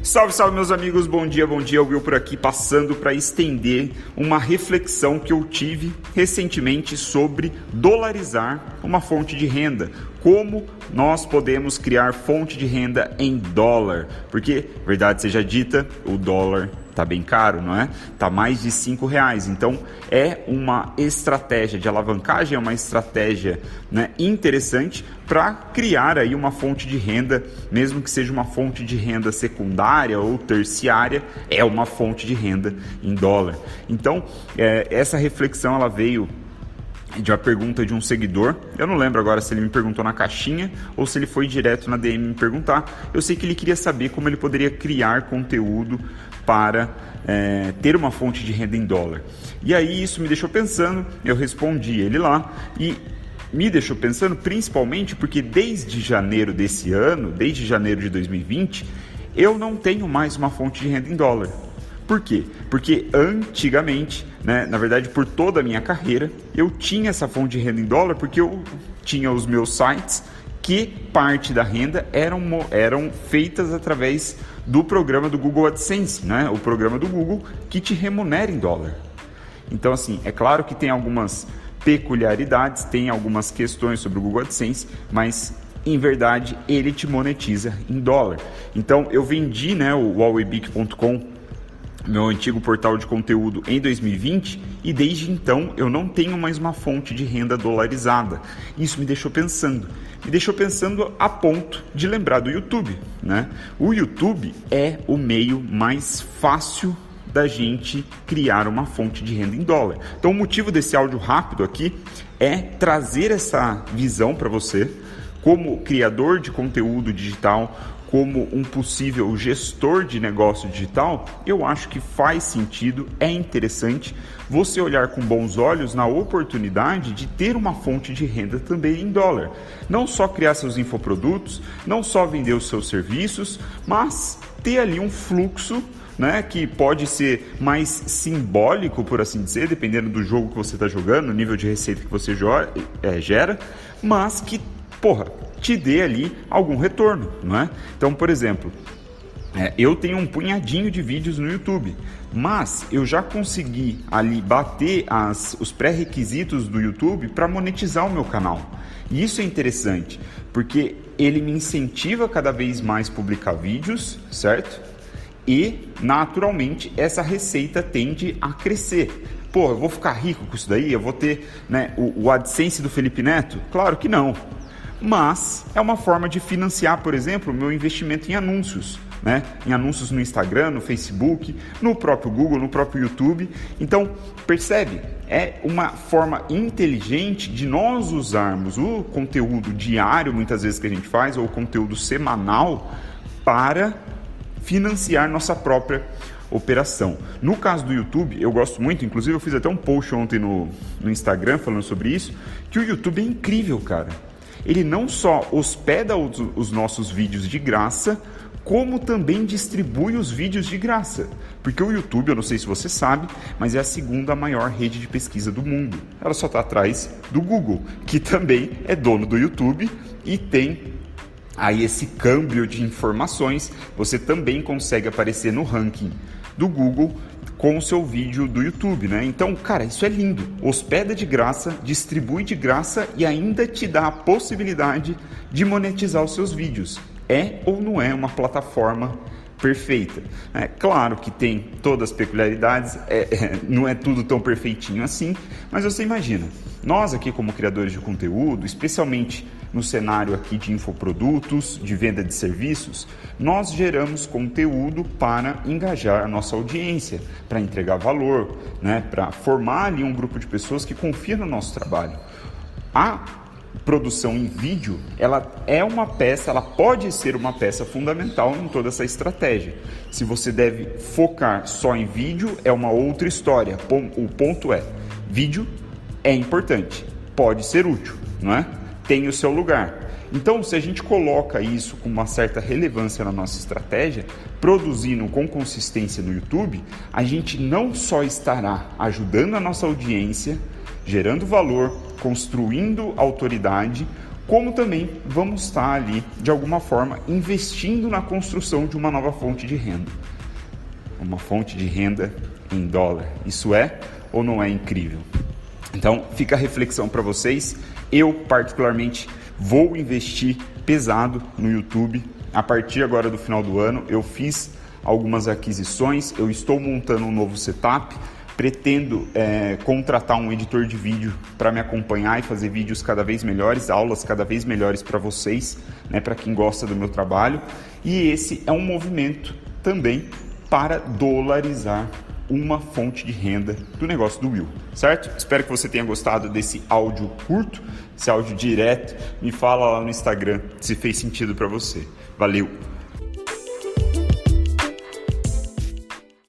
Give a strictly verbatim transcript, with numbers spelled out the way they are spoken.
Salve, salve meus amigos, bom dia, bom dia, Will por aqui, passando para estender uma reflexão que eu tive recentemente sobre dolarizar uma fonte de renda. Como nós podemos criar fonte de renda em dólar? Porque, verdade seja dita, o dólar tá bem caro, não é? Tá mais de cinco reais. Então, é uma estratégia de alavancagem, é uma estratégia, né, interessante para criar aí uma fonte de renda, mesmo que seja uma fonte de renda secundária ou terciária, é uma fonte de renda em dólar. Então, é, essa reflexão ela veio de uma pergunta de um seguidor. Eu não lembro agora se ele me perguntou na caixinha ou se ele foi direto na D M me perguntar. Eu sei que ele queria saber como ele poderia criar conteúdo para é, ter uma fonte de renda em dólar. E aí isso me deixou pensando, eu respondi ele lá e me deixou pensando principalmente porque desde janeiro desse ano, desde janeiro de dois mil e vinte, eu não tenho mais uma fonte de renda em dólar. Por quê? Porque antigamente, né, na verdade por toda a minha carreira, eu tinha essa fonte de renda em dólar porque eu tinha os meus sites que parte da renda eram, eram feitas através do programa do Google AdSense, né? O programa do Google que te remunera em dólar. Então, assim, é claro que tem algumas peculiaridades, tem algumas questões sobre o Google AdSense, mas em verdade ele te monetiza em dólar. Então, eu vendi, né, o Huaweibic ponto com, meu antigo portal de conteúdo, em dois mil e vinte, e desde então eu não tenho mais uma fonte de renda dolarizada. Isso me deixou pensando, me deixou pensando a ponto de lembrar do YouTube, né? O YouTube é o meio mais fácil da gente criar uma fonte de renda em dólar. Então o motivo desse áudio rápido aqui é trazer essa visão para você como criador de conteúdo digital, como um possível gestor de negócio digital. Eu acho que faz sentido, é interessante você olhar com bons olhos na oportunidade de ter uma fonte de renda também em dólar. Não só criar seus infoprodutos, não só vender os seus serviços, mas ter ali um fluxo, né, que pode ser mais simbólico, por assim dizer, dependendo do jogo que você está jogando, o nível de receita que você é, gera, mas que, porra, te dê ali algum retorno, não é? Então, por exemplo, é, eu tenho um punhadinho de vídeos no YouTube, mas eu já consegui ali bater as, os pré-requisitos do YouTube para monetizar o meu canal. E isso é interessante, porque ele me incentiva cada vez mais a publicar vídeos, certo? E, naturalmente, essa receita tende a crescer. Pô, eu vou ficar rico com isso daí? Eu vou ter, né, o, o AdSense do Felipe Neto? Claro que não. Mas é uma forma de financiar, por exemplo, o meu investimento em anúncios, né? Em anúncios no Instagram, no Facebook, no próprio Google, no próprio YouTube. Então, percebe? É uma forma inteligente de nós usarmos o conteúdo diário, muitas vezes que a gente faz, ou o conteúdo semanal, para financiar nossa própria operação. No caso do YouTube, eu gosto muito, inclusive eu fiz até um post ontem no, no Instagram falando sobre isso, que o YouTube é incrível, cara. Ele não só hospeda os, os nossos vídeos de graça, como também distribui os vídeos de graça. Porque o YouTube, eu não sei se você sabe, mas é a segunda maior rede de pesquisa do mundo. Ela só está atrás do Google, que também é dono do YouTube e tem aí esse câmbio de informações. Você também consegue aparecer no ranking do Google com o seu vídeo do YouTube, né? Então, cara, isso é lindo. Hospeda de graça, distribui de graça e ainda te dá a possibilidade de monetizar os seus vídeos. É ou não é uma plataforma perfeita? É claro que tem todas as peculiaridades, é, é, não é tudo tão perfeitinho assim, mas você imagina, nós aqui como criadores de conteúdo, especialmente no cenário aqui de infoprodutos, de venda de serviços, nós geramos conteúdo para engajar a nossa audiência, para entregar valor, né? Para formar ali um grupo de pessoas que confia no nosso trabalho. A produção em vídeo, ela é uma peça, ela pode ser uma peça fundamental em toda essa estratégia. Se você deve focar só em vídeo, é uma outra história. O ponto é, vídeo é importante, pode ser útil, não é? Tem o seu lugar. Então, se a gente coloca isso com uma certa relevância na nossa estratégia, produzindo com consistência no YouTube, a gente não só estará ajudando a nossa audiência, gerando valor, construindo autoridade, como também vamos estar ali, de alguma forma, investindo na construção de uma nova fonte de renda. Uma fonte de renda em dólar. Isso é ou não é incrível? Então, fica a reflexão para vocês. Eu, particularmente, vou investir pesado no YouTube. A partir agora do final do ano, eu fiz algumas aquisições, eu estou montando um novo setup, pretendo é, contratar um editor de vídeo para me acompanhar e fazer vídeos cada vez melhores, aulas cada vez melhores para vocês, né, para quem gosta do meu trabalho. E esse é um movimento também para dolarizar uma fonte de renda do negócio do Will, certo? Espero que você tenha gostado desse áudio curto, esse áudio direto. Me fala lá no Instagram se fez sentido para você. Valeu!